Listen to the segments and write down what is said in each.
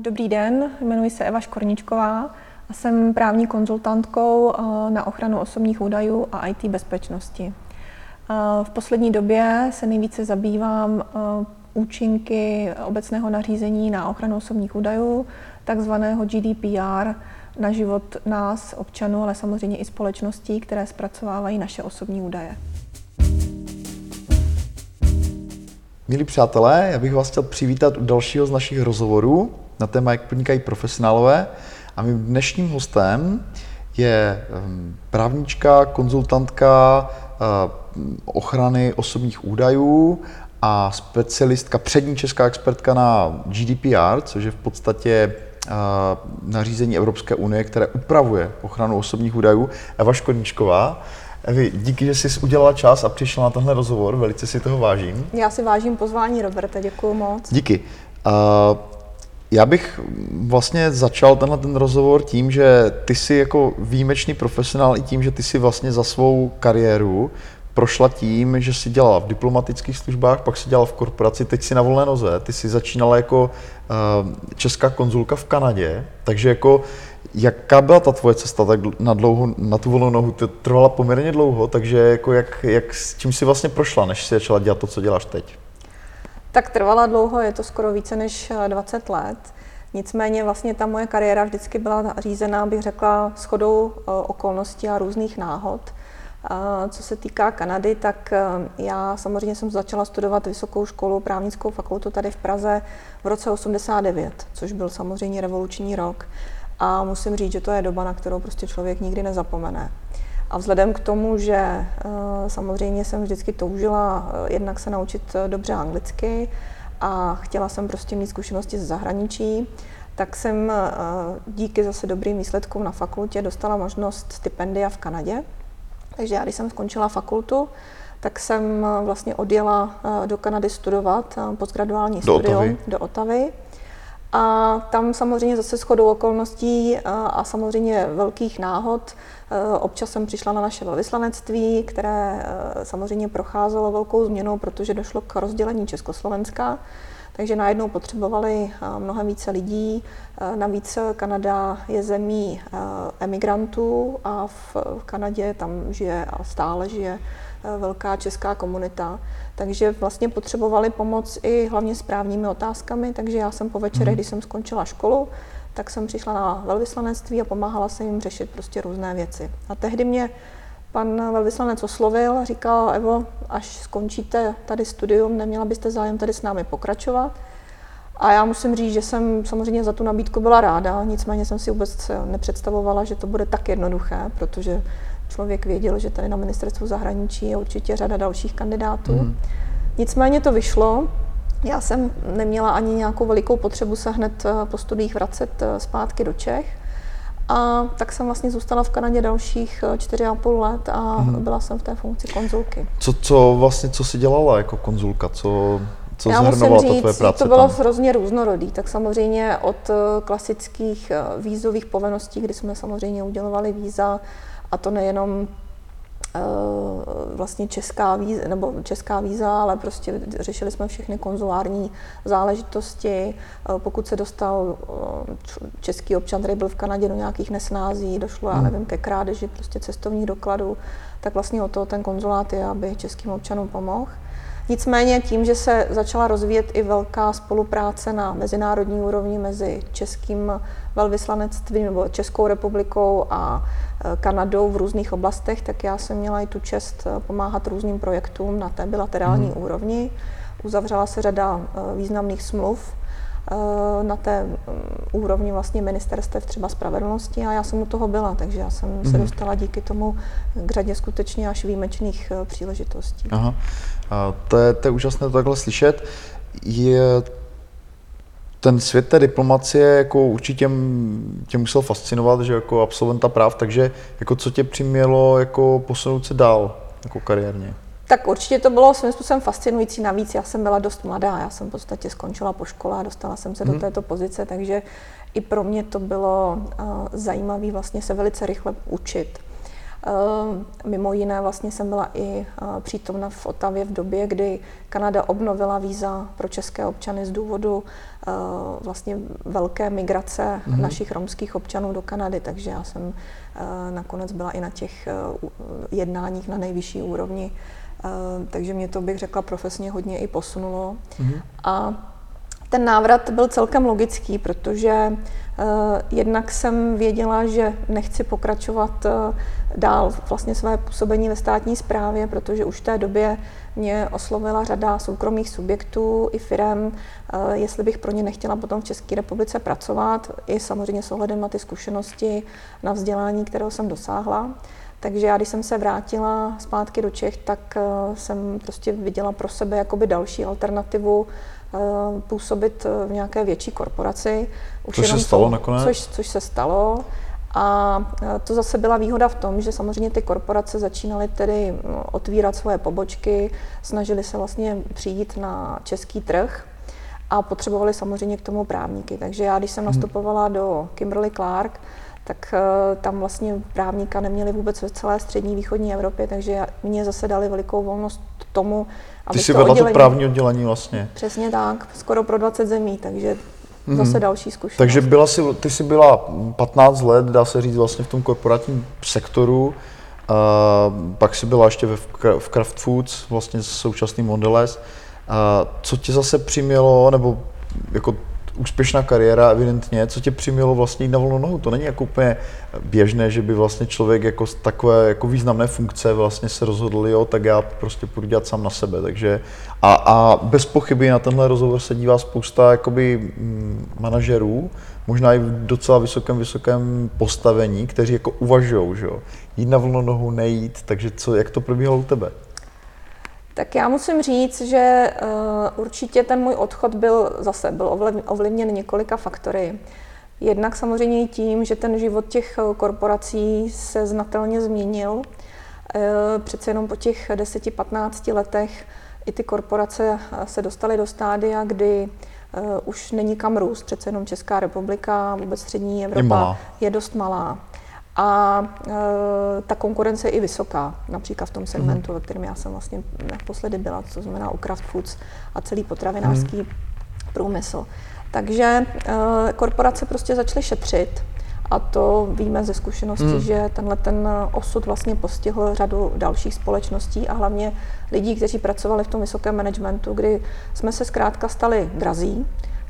Dobrý den, jmenuji se Eva Škorničková a jsem právní konzultantkou na ochranu osobních údajů a IT bezpečnosti. V poslední době se nejvíce zabývám účinky obecného nařízení na ochranu osobních údajů, takzvaného GDPR, na život nás, občanů, ale samozřejmě i společností, které zpracovávají naše osobní údaje. Milí přátelé, já bych vás chtěl přivítat u dalšího z našich rozhovorů na téma, jak podnikají profesionálové. A mým dnešním hostem je právnička, konzultantka ochrany osobních údajů a specialistka, přední česká expertka na GDPR, což je v podstatě nařízení Evropské unie, které upravuje ochranu osobních údajů, Eva Škorničková. Evi, díky, že jsi udělala čas a přišla na tenhle rozhovor, velice si toho vážím. Já si vážím pozvání, Roberte, děkuju moc. Díky. Já bych vlastně začal ten rozhovor tím, že ty jsi jako výjimečný profesionál i tím, že ty jsi vlastně za svou kariéru prošla tím, že jsi dělala v diplomatických službách, pak jsi dělala v korporaci, teď jsi na volné noze, ty jsi začínala jako česká konzulka v Kanadě, takže jako jaká byla ta tvoje cesta tak na tu volnou nohu? To trvala poměrně dlouho, takže jako s čím jsi vlastně prošla, než jsi začala dělat to, co děláš teď? Tak trvala dlouho, je to skoro více než 20 let. Nicméně vlastně ta moje kariéra vždycky byla řízená, bych řekla, shodou okolností a různých náhod. Co se týká Kanady, tak já samozřejmě jsem začala studovat vysokou školu, právnickou fakultu tady v Praze v roce 89, což byl samozřejmě revoluční rok. A musím říct, že to je doba, na kterou prostě člověk nikdy nezapomene. A vzhledem k tomu, že samozřejmě jsem vždycky toužila jednak se naučit dobře anglicky a chtěla jsem prostě mít zkušenosti ze zahraničí, tak jsem díky zase dobrým výsledkům na fakultě dostala možnost stipendia v Kanadě. Takže já, když jsem skončila fakultu, tak jsem vlastně odjela do Kanady studovat postgraduální studium do Ottavy. A tam samozřejmě zase shodou okolností a samozřejmě velkých náhod občas jsem přišla na naše velvyslanectví, které samozřejmě procházelo velkou změnou, protože došlo k rozdělení Československa. Takže najednou potřebovali mnohem více lidí. Navíc Kanada je zemí emigrantů a v Kanadě tam žije a stále žije velká česká komunita. Takže vlastně potřebovali pomoc i hlavně s právními otázkami, takže já jsem po večerech, když jsem skončila školu, tak jsem přišla na velvyslanectví a pomáhala jsem jim řešit prostě různé věci. A tehdy mě pan velvyslanec oslovil a říkal: Evo, až skončíte tady studium, neměla byste zájem tady s námi pokračovat? A já musím říct, že jsem samozřejmě za tu nabídku byla ráda, nicméně jsem si vůbec nepředstavovala, že to bude tak jednoduché, protože člověk věděl, že tady na ministerstvu zahraničí je určitě řada dalších kandidátů. Nicméně to vyšlo. Já jsem neměla ani nějakou velikou potřebu se hned po studiích vracet zpátky do Čech. A tak jsem vlastně zůstala v Kanadě dalších 4,5 let a byla jsem v té funkci konzulky. Co jsi dělala jako konzulka? Co já zahrnovala musím říct, ta tvoje práce to bylo tam? hrozně různorodý. Tak samozřejmě od klasických vízových povinností, kdy jsme samozřejmě udělovali víza, a to nejenom vlastně česká víza, ale prostě řešili jsme všechny konzulární záležitosti. Pokud se dostal český občan, který byl v Kanadě, do nějakých nesnází, došlo, já nevím, ke krádeži prostě cestovních dokladů, tak vlastně o to ten konzulát je, aby českým občanům pomohl. Nicméně tím, že se začala rozvíjet i velká spolupráce na mezinárodní úrovni mezi českým velvyslanectvím nebo Českou republikou a Kanadou v různých oblastech, tak já jsem měla i tu čest pomáhat různým projektům na té bilaterální úrovni. Uzavřela se řada významných smluv na té úrovni vlastně ministerstev třeba spravedlnosti a já jsem u toho byla, takže já jsem se dostala díky tomu k řadě skutečně až výjimečných příležitostí. Aha. To je úžasné to takhle slyšet. Ten svět té diplomacie jako určitě tě musel fascinovat, že jako absolventa práv, takže jako co tě přimělo jako posunout se dál jako kariérně? Tak určitě to bylo svým způsobem fascinující, navíc já jsem byla dost mladá, já jsem v podstatě skončila po škole a dostala jsem se do této pozice, takže i pro mě to bylo zajímavé vlastně se velice rychle učit. Mimo jiné vlastně jsem byla i přítomna v Ottawě v době, kdy Kanada obnovila víza pro české občany z důvodu vlastně velké migrace našich romských občanů do Kanady, takže já jsem nakonec byla i na těch jednáních na nejvyšší úrovni, takže mě to, bych řekla, profesně hodně i posunulo. A ten návrat byl celkem logický, protože jednak jsem věděla, že nechci pokračovat dál vlastně své působení ve státní správě, protože už v té době mě oslovila řada soukromých subjektů i firem, jestli bych pro ně nechtěla potom v České republice pracovat, i samozřejmě s ohledem na ty zkušenosti, na vzdělání, kterého jsem dosáhla. Takže já, když jsem se vrátila zpátky do Čech, tak jsem prostě viděla pro sebe jakoby další alternativu působit v nějaké větší korporaci. Což se stalo nakonec? Což se stalo. A to zase byla výhoda v tom, že samozřejmě ty korporace začínaly tedy otvírat svoje pobočky, snažily se vlastně přijít na český trh a potřebovali samozřejmě k tomu právníky. Takže já, když jsem nastupovala do Kimberly-Clark, tak tam vlastně právníka neměli vůbec ve celé střední východní Evropě, takže mě zase dali velikou volnost tomu, aby ty jsi vedla to právní oddělení vlastně. Přesně tak, skoro pro 20 zemí, takže zase další zkušenost. Takže ty jsi byla 15 let, dá se říct, vlastně v tom korporátním sektoru, pak jsi byla ještě v Kraft Foods, vlastně s současným Mondelez. Co tě zase přimělo, nebo jako úspěšná kariéra evidentně, co tě přimělo vlastně jít na volnou nohu? To není jako úplně běžné, že by vlastně člověk jako z takové jako významné funkce vlastně se rozhodl, jo, tak já prostě půjdu dělat sám na sebe, takže a bez pochyby na tenhle rozhovor se dívá spousta jakoby manažerů, možná i v docela vysokém postavení, kteří jako uvažujou, že jo, jít na volnou nohu, nejít, takže jak to probíhalo u tebe? Tak já musím říct, že určitě ten můj odchod byl ovlivněn několika faktory. Jednak samozřejmě i tím, že ten život těch korporací se znatelně změnil. Přece jenom po těch 10-15 letech i ty korporace se dostaly do stádia, kdy už není kam růst. Přece jenom Česká republika, vůbec střední Evropa je dost malá. A ta konkurence je i vysoká, například v tom segmentu, ve kterém já jsem vlastně naposledy byla, co znamená u Kraft Foods a celý potravinářský průmysl. Takže korporace prostě začaly šetřit a to víme ze zkušenosti, že ten osud vlastně postihl řadu dalších společností a hlavně lidí, kteří pracovali v tom vysokém managementu, kdy jsme se zkrátka stali drazí.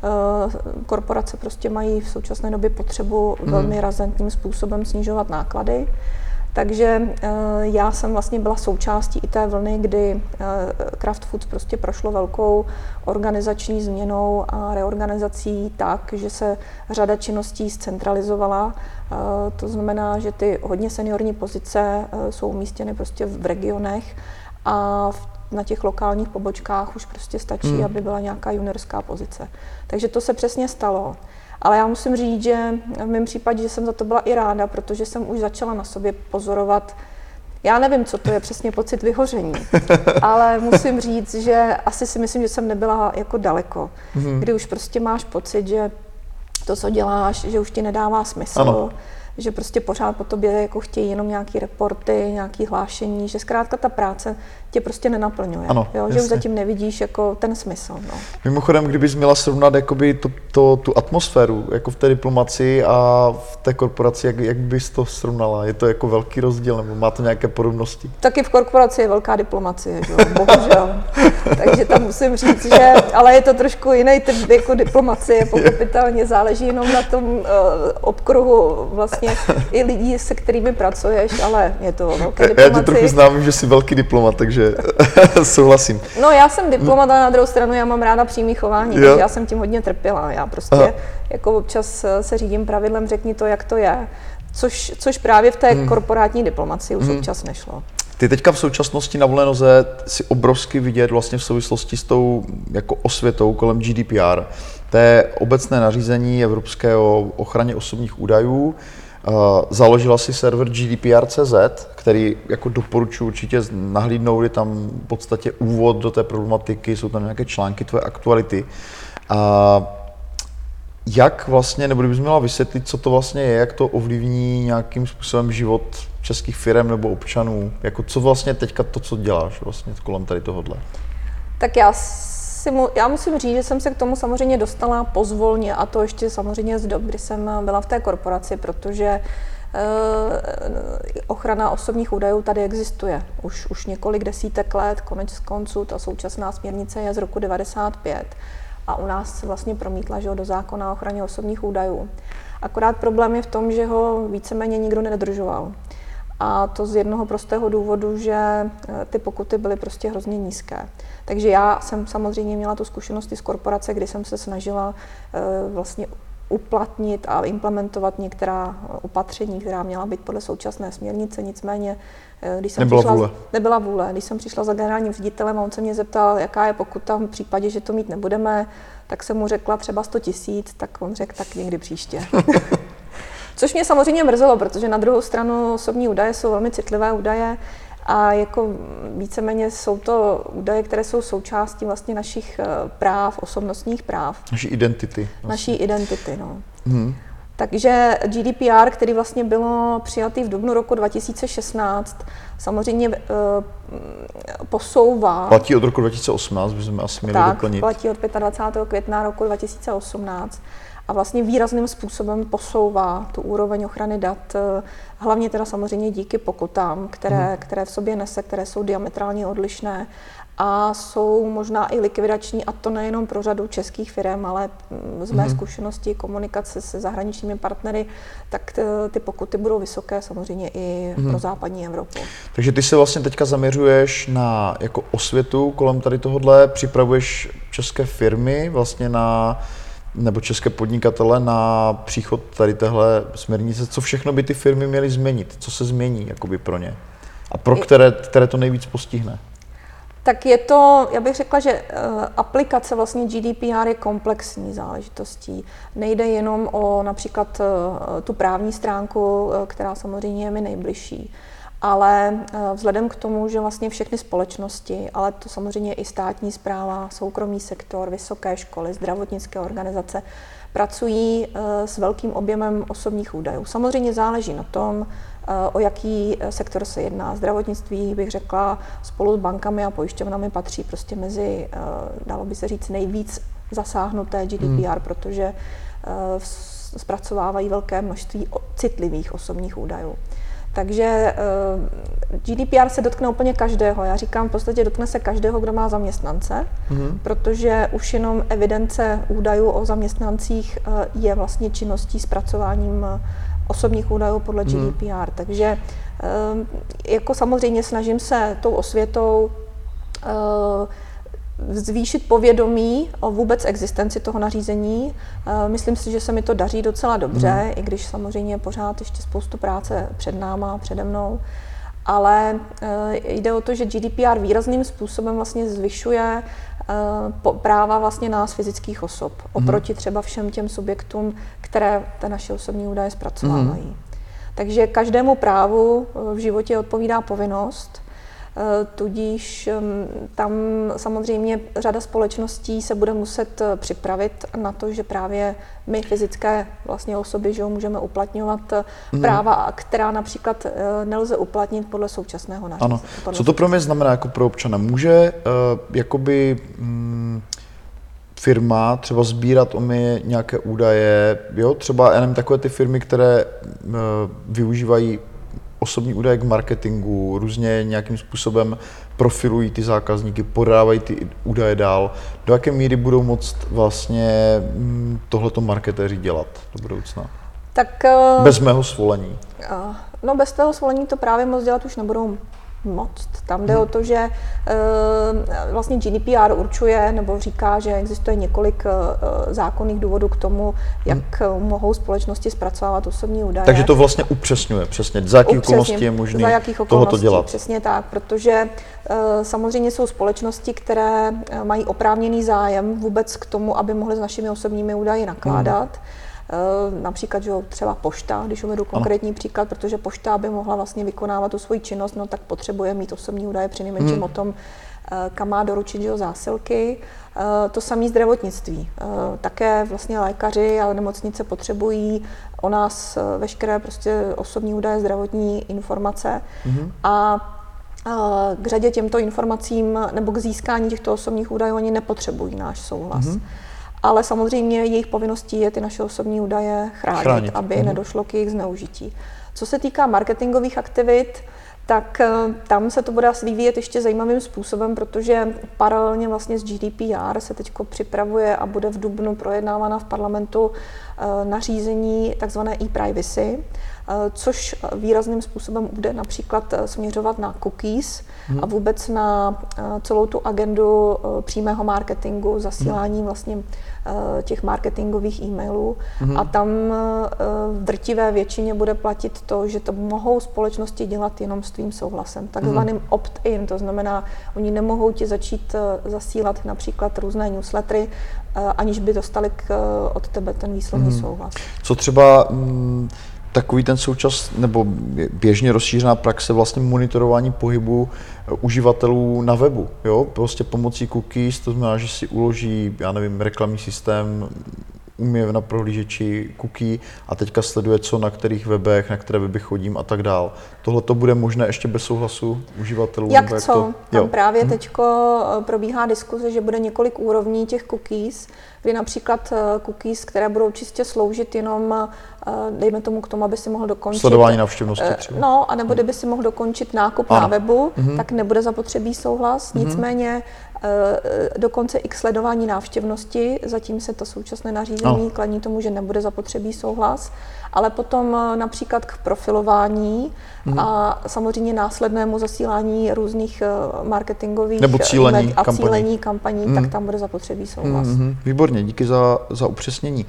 Korporace prostě mají v současné době potřebu velmi razantním způsobem snižovat náklady. Takže já jsem vlastně byla součástí i té vlny, kdy Kraft Foods prostě prošlo velkou organizační změnou a reorganizací tak, že se řada činností zcentralizovala. To znamená, že ty hodně seniorní pozice jsou umístěny prostě v regionech a na těch lokálních pobočkách už prostě stačí, aby byla nějaká juniorská pozice. Takže to se přesně stalo. Ale já musím říct, že v mém případě, že jsem za to byla i ráda, protože jsem už začala na sobě pozorovat, já nevím, co to je přesně pocit vyhoření, ale musím říct, že asi si myslím, že jsem nebyla jako daleko, kdy už prostě máš pocit, že to, co děláš, že už ti nedává smysl. Ano. Že prostě pořád po tobě jako chtějí jenom nějaké reporty, nějaké hlášení, že zkrátka ta práce tě prostě nenaplňuje, ano, jo? Že už zatím nevidíš jako ten smysl. No. Mimochodem, kdybys měla srovnat jakoby tu atmosféru jako v té diplomacii a v té korporaci, jak bys to srovnala? Je to jako velký rozdíl nebo má to nějaké podobnosti? Taky v korporaci je velká diplomacie, že? Bohužel. Takže tam musím říct, že ale je to trošku jiný typ jako diplomacie, pochopitelně záleží jenom na tom obkruhu vlastně i lidí, se kterými pracuješ, ale je to velké diplomacie. Já tě trochu znám, že jsi velký diplomat, takže souhlasím. No já jsem diplomat a na druhou stranu já mám ráda přímý chování, takže já jsem tím hodně trpěla. Já prostě jako občas se řídím pravidlem řekni to, jak to je, což právě v té korporátní diplomacii už občas nešlo. Ty teďka v současnosti na volné noze si obrovsky vidět vlastně v souvislosti s tou jako osvětou kolem GDPR. To je obecné nařízení Evropské o ochraně osobních údajů. Založila si server GDPR.cz, který jako doporučuji určitě nahlídnout, je tam v podstatě úvod do té problematiky, jsou tam nějaké články, tvoje aktuality. Jak vlastně, nebo kdybys měla vysvětlit, co to vlastně je, jak to ovlivní nějakým způsobem život českých firem nebo občanů? Jako co vlastně teďka to, co děláš vlastně kolem tady tohohle? Tak já musím říct, že jsem se k tomu samozřejmě dostala pozvolně, a to ještě samozřejmě z dob, kdy jsem byla v té korporaci, protože ochrana osobních údajů tady existuje už několik desítek let, konec konců ta současná směrnice je z roku 1995 a u nás se vlastně promítla, že do zákona o ochraně osobních údajů. Akorát problém je v tom, že ho víceméně nikdo nedodržoval. A to z jednoho prostého důvodu, že ty pokuty byly prostě hrozně nízké. Takže já jsem samozřejmě měla tu zkušenost z korporace, kdy jsem se snažila vlastně uplatnit a implementovat některá opatření, která měla být podle současné směrnice, nicméně když jsem nebyla vůle. Když jsem přišla za generálním ředitelem a on se mě zeptal, jaká je pokuta v případě, že to mít nebudeme, tak jsem mu řekla třeba 100 000, tak on řekl, tak někdy příště. Což mě samozřejmě mrzelo, protože na druhou stranu osobní údaje jsou velmi citlivé údaje a jako víceméně jsou to údaje, které jsou součástí vlastně našich práv, osobnostních práv. Naší identity. Vlastně. Naší identity, no. Takže GDPR, který vlastně bylo přijatý v dubnu roku 2016, samozřejmě posouvá... Platí od roku 2018, bychom asi měli doplnit. Tak, platí od 25. května roku 2018. A vlastně výrazným způsobem posouvá tu úroveň ochrany dat, hlavně teda samozřejmě díky pokutám, které v sobě nese, které jsou diametrálně odlišné a jsou možná i likvidační, a to nejenom pro řadu českých firm, ale z mé zkušenosti komunikace se zahraničními partnery, tak ty pokuty budou vysoké samozřejmě i pro západní Evropu. Takže ty se vlastně teďka zaměřuješ na jako osvětu kolem tady tohodle, připravuješ české firmy vlastně nebo české podnikatele na příchod tady téhle směrnice. Co všechno by ty firmy měly změnit? Co se změní jakoby pro ně? A pro které to nejvíc postihne? Tak je to, já bych řekla, že aplikace vlastně GDPR je komplexní záležitostí. Nejde jenom o například tu právní stránku, která samozřejmě je mi nejbližší. Ale vzhledem k tomu, že vlastně všechny společnosti, ale to samozřejmě i státní správa, soukromý sektor, vysoké školy, zdravotnické organizace, pracují s velkým objemem osobních údajů. Samozřejmě záleží na tom, o jaký sektor se jedná. Zdravotnictví, bych řekla, spolu s bankami a pojišťovnami patří prostě mezi, dalo by se říct, nejvíc zasáhnuté GDPR, protože zpracovávají velké množství citlivých osobních údajů. Takže GDPR se dotkne úplně každého. Já říkám, v podstatě dotkne se každého, kdo má zaměstnance, protože už jenom evidence údajů o zaměstnancích je vlastně činností zpracováním osobních údajů podle GDPR. Takže jako samozřejmě snažím se tou osvětou zvýšit povědomí o vůbec existenci toho nařízení. Myslím si, že se mi to daří docela dobře, i když samozřejmě pořád ještě spoustu práce před náma, přede mnou. Ale jde o to, že GDPR výrazným způsobem vlastně zvyšuje práva vlastně nás fyzických osob oproti třeba všem těm subjektům, které ty naše osobní údaje zpracovávají. Takže každému právu v životě odpovídá povinnost, tudíž tam samozřejmě řada společností se bude muset připravit na to, že právě my fyzické vlastně osoby, že můžeme uplatňovat práva, která například nelze uplatnit podle současného nařízení. Ano. Co to pro mě znamená jako pro občana? Může jakoby firma třeba sbírat o mě nějaké údaje, jo? Třeba já nevím, takové ty firmy, které využívají osobní údaje k marketingu, různě nějakým způsobem profilují ty zákazníky, podávají ty údaje dál. Do jaké míry budou moct vlastně tohleto marketéři dělat do budoucna? Tak, bez mého svolení. No bez tvého svolení to právě moc dělat už nebudou moc. Tam jde o to, že vlastně GDPR určuje nebo říká, že existuje několik zákonných důvodů k tomu, jak mohou společnosti zpracovávat osobní údaje. Takže to vlastně upřesňuje přesně, za jakých okolností je možné tohoto dělat. Přesně tak, protože samozřejmě jsou společnosti, které mají oprávněný zájem vůbec k tomu, aby mohly s našimi osobními údaji nakládat. Například, že třeba pošta, když uvedu konkrétní příklad, protože pošta, aby mohla vlastně vykonávat tu svoji činnost, no tak potřebuje mít osobní údaje přinejmenším o tom, kam má doručit zásilky. To samé zdravotnictví. Také vlastně lékaři a nemocnice potřebují o nás veškeré prostě osobní údaje, zdravotní informace a k řadě těmto informacím nebo k získání těchto osobních údajů oni nepotřebují náš souhlas. Ale samozřejmě jejich povinností je ty naše osobní údaje chránit. Aby nedošlo k jejich zneužití. Co se týká marketingových aktivit, tak tam se to bude vyvíjet ještě zajímavým způsobem, protože paralelně vlastně s GDPR se teď připravuje a bude v dubnu projednávána v parlamentu nařízení takzvané e-privacy, což výrazným způsobem bude například směřovat na cookies a vůbec na celou tu agendu přímého marketingu, zasílání vlastně těch marketingových e-mailů. A tam v drtivé většině bude platit to, že to mohou společnosti dělat jenom s tvým souhlasem, takzvaným opt-in, to znamená, oni nemohou ti začít zasílat například různé newslettery, aniž by dostali od tebe ten výslovný souhlas. Co třeba takový ten nebo běžně rozšířená praxe vlastně monitorování pohybu uživatelů na webu, jo? Prostě pomocí cookies, to znamená, že si uloží, já nevím, reklamní systém, umí na prohlížeči cookie a teďka sleduje, co na kterých webech, na které weby chodím a tak dál. Tohle to bude možné ještě bez souhlasu uživatelů? Jak co? Tam právě teďko probíhá diskuze, že bude několik úrovní těch cookies, kdy například cookies, které budou čistě sloužit jenom, dejme tomu k tomu, aby si mohl dokončit sledování návštěvnosti třeba. No, anebo kdyby si mohl dokončit nákup na webu, tak nebude zapotřebí souhlas. Nicméně dokonce i k sledování návštěvnosti, zatím se to současné nařízení klaní tomu, že nebude zapotřebí souhlas, ale potom například k profilování a samozřejmě následnému zasílání různých marketingových nebo cílení kampaní, tak tam bude zapotřebí souhlas. Výborně, díky za upřesnění.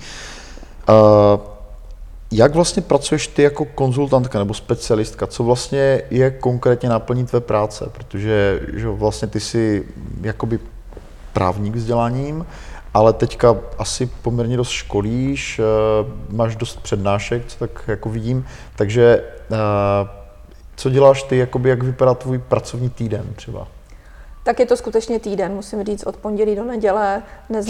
Jak vlastně pracuješ ty jako konzultantka nebo specialistka? Co vlastně je konkrétně náplní tvé práce? Protože že vlastně ty jsi jakoby právník vzděláním, ale teďka asi poměrně dost školíš, máš dost přednášek, co tak jako vidím. Takže co děláš ty, jakoby, jak vypadá tvůj pracovní týden třeba? Tak je to skutečně týden, musím říct, od pondělí do neděle.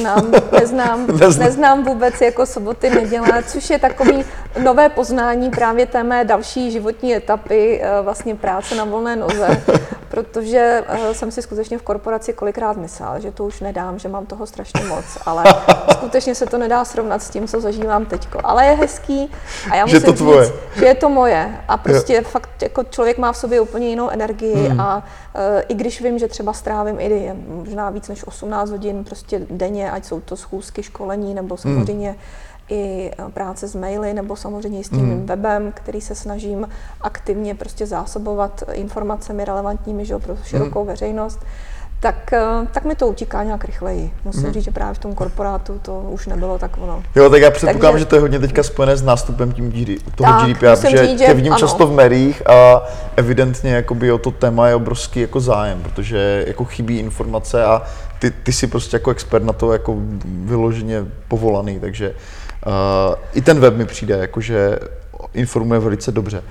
Neznám vůbec jako soboty, neděle, což je takový nové poznání právě té mé další životní etapy, vlastně práce na volné noze, protože jsem si skutečně v korporaci kolikrát myslela, že to už nedám, že mám toho strašně moc, ale skutečně se to nedá srovnat s tím, co zažívám teďko. Ale je hezký a já musím říct, že je to moje a prostě fakt jako člověk má v sobě úplně jinou energii a i když vím, že třeba strávím i možná víc než 18 hodin prostě denně, ať jsou to schůzky, školení nebo samozřejmě i práce s maily nebo samozřejmě i s tím webem, který se snažím aktivně prostě zásobovat informacemi relevantními, že, pro širokou veřejnost, tak mi to utíká nějak rychleji. Musím říct, že právě v tom korporátu to už nebylo tak ono. Jo, tak já předpokládám, že to je hodně teďka spojené s nástupem toho GDPR, protože tě vidím často v médiích a evidentně jakoby o to téma je obrovský jako zájem, protože jako chybí informace a ty jsi prostě jako expert na to jako vyloženě povolaný, takže i ten web mi přijde, jakože informuje velice dobře.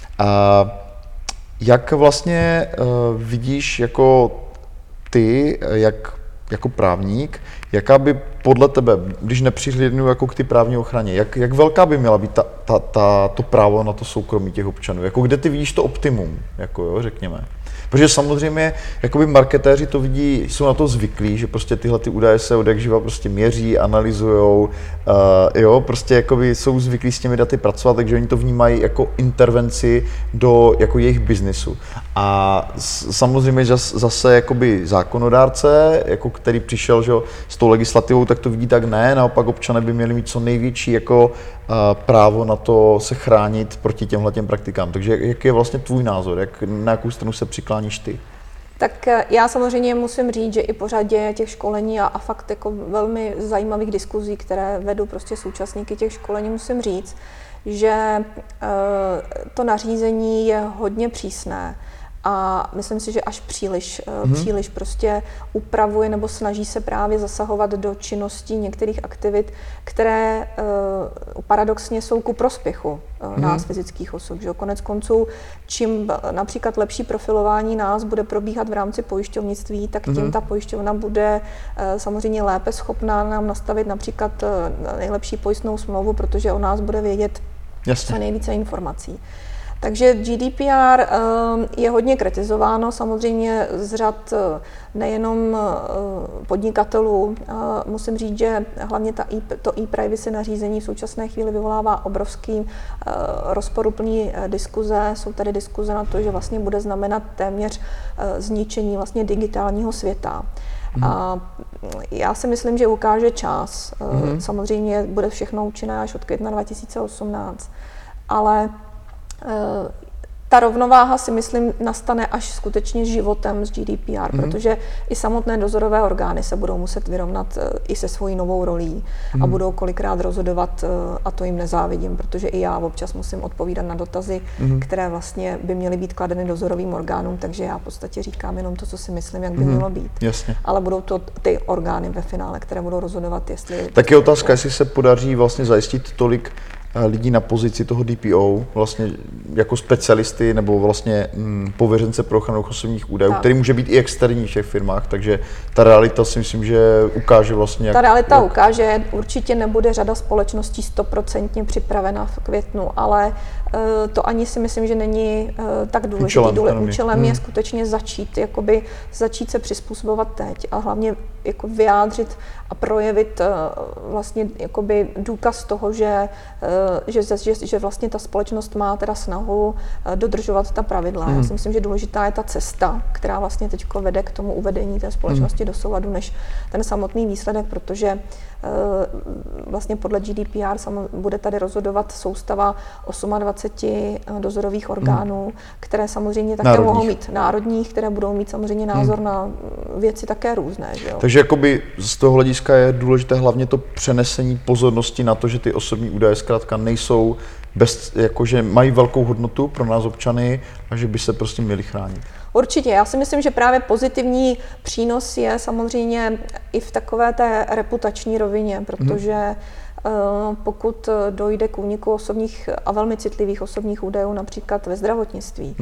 Jak vlastně vidíš jako ty, jako právník, jaká by podle tebe, když nepřihlédnu jako k ty právní ochraně, jak velká by měla být to právo na to soukromí těch občanů? Jako kde ty vidíš to optimum, jako jo, řekněme? Protože samozřejmě jakoby marketéři to vidí, jsou na to zvyklí, že prostě tyhle ty údaje se odjakživa prostě měří, analyzujou, jo, prostě jakoby jsou zvyklí s těmi daty pracovat, takže oni to vnímají jako intervenci do jako jejich biznisu. A samozřejmě zase jakoby zákonodárce, jako který přišel, že, s tou legislativou, tak to vidí tak ne, naopak občané by měli mít co největší jako právo na to se chránit proti těmhletěm praktikám. Takže jaký je vlastně tvůj názor, na jakou stranu se přikláníš ty? Tak já samozřejmě musím říct, že i po řadě těch školení a fakt jako velmi zajímavých diskuzí, které vedu prostě s účastníky těch školení, musím říct, že to nařízení je hodně přísné a myslím si, že až příliš prostě upravuje nebo snaží se právě zasahovat do činností některých aktivit, které paradoxně jsou ku prospěchu nás fyzických osob. Že? Konec konců, čím například lepší profilování nás bude probíhat v rámci pojišťovnictví, tak tím ta pojišťovna bude samozřejmě lépe schopná nám nastavit například nejlepší pojistnou smlouvu, protože o nás bude vědět co nejvíce informací. Takže GDPR je hodně kritizováno samozřejmě z řad nejenom podnikatelů. Musím říct, že hlavně to e-privacy nařízení v současné chvíli vyvolává obrovský rozporuplný diskuze. Jsou tady diskuze na to, že vlastně bude znamenat téměř zničení vlastně digitálního světa. A já si myslím, že ukáže čas. Samozřejmě bude všechno účinné až od května 2018, ale ta rovnováha si myslím nastane až skutečně životem z GDPR, protože i samotné dozorové orgány se budou muset vyrovnat i se svojí novou rolí a budou kolikrát rozhodovat, a to jim nezávidím, protože i já občas musím odpovídat na dotazy, které vlastně by měly být kladeny dozorovým orgánům, takže já v podstatě říkám jenom to, co si myslím, jak by mělo být. Jasně. Ale budou to ty orgány ve finále, které budou rozhodovat, jestli... Tak je otázka, jestli se podaří vlastně zajistit tolik lidí na pozici toho DPO, vlastně jako specialisty nebo vlastně pověřence pro ochranu osobních údajů, který může být i externí v těch firmách, takže ta realita si myslím, že ukáže vlastně... Ta realita ukáže, určitě nebude řada společností 100% připravena v květnu, ale to ani si myslím, že není tak důležitý. Účelem je skutečně začít se přizpůsobovat teď a hlavně jako vyjádřit a projevit vlastně jakoby důkaz toho, že vlastně ta společnost má teda snahu dodržovat ta pravidla. Já si myslím, že důležitá je ta cesta, která vlastně teď vede k tomu uvedení té společnosti do souladu, než ten samotný výsledek, protože vlastně podle GDPR bude tady rozhodovat soustava 28 dozorových orgánů, které samozřejmě také mohou mít národních, které budou mít samozřejmě názor na věci také různé. Že jo? Takže jakoby z toho hlediska je důležité hlavně to přenesení pozornosti na to, že ty osobní údaje zkrátka nejsou jakože mají velkou hodnotu pro nás občany a že by se prostě měli chránit. Určitě, já si myslím, že právě pozitivní přínos je samozřejmě i v takové té reputační rovině, protože pokud dojde k úniku osobních a velmi citlivých osobních údajů, například ve zdravotnictví,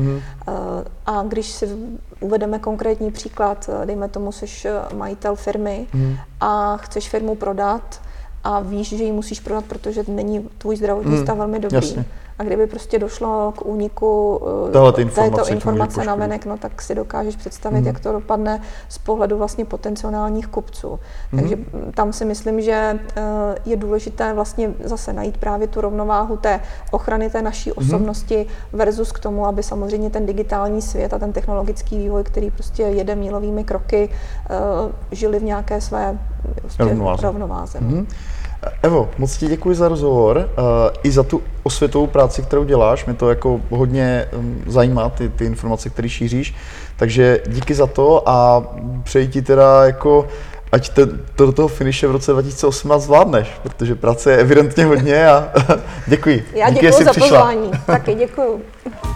a když si uvedeme konkrétní příklad, dejme tomu, jsi majitel firmy a chceš firmu prodat a víš, že ji musíš prodat, protože není tvůj zdravotní stav velmi dobrý. Jasně. A kdyby prostě došlo k úniku této informace navenek, no tak si dokážeš představit, jak to dopadne z pohledu vlastně potenciálních kupců. Takže tam si myslím, že je důležité vlastně zase najít právě tu rovnováhu té ochrany té naší osobnosti versus k tomu, aby samozřejmě ten digitální svět a ten technologický vývoj, který prostě jede mílovými kroky, žili v nějaké své rovnováze. Evo, moc ti děkuji za rozhovor i za tu osvětovou práci, kterou děláš. Mě to jako hodně zajímá, ty informace, které šíříš. Takže díky za to a přeji ti teda jako, ať to do toho finiše v roce 2018 zvládneš, protože práce je evidentně hodně a děkuji. Já děkuji za pozvání. Taky děkuji.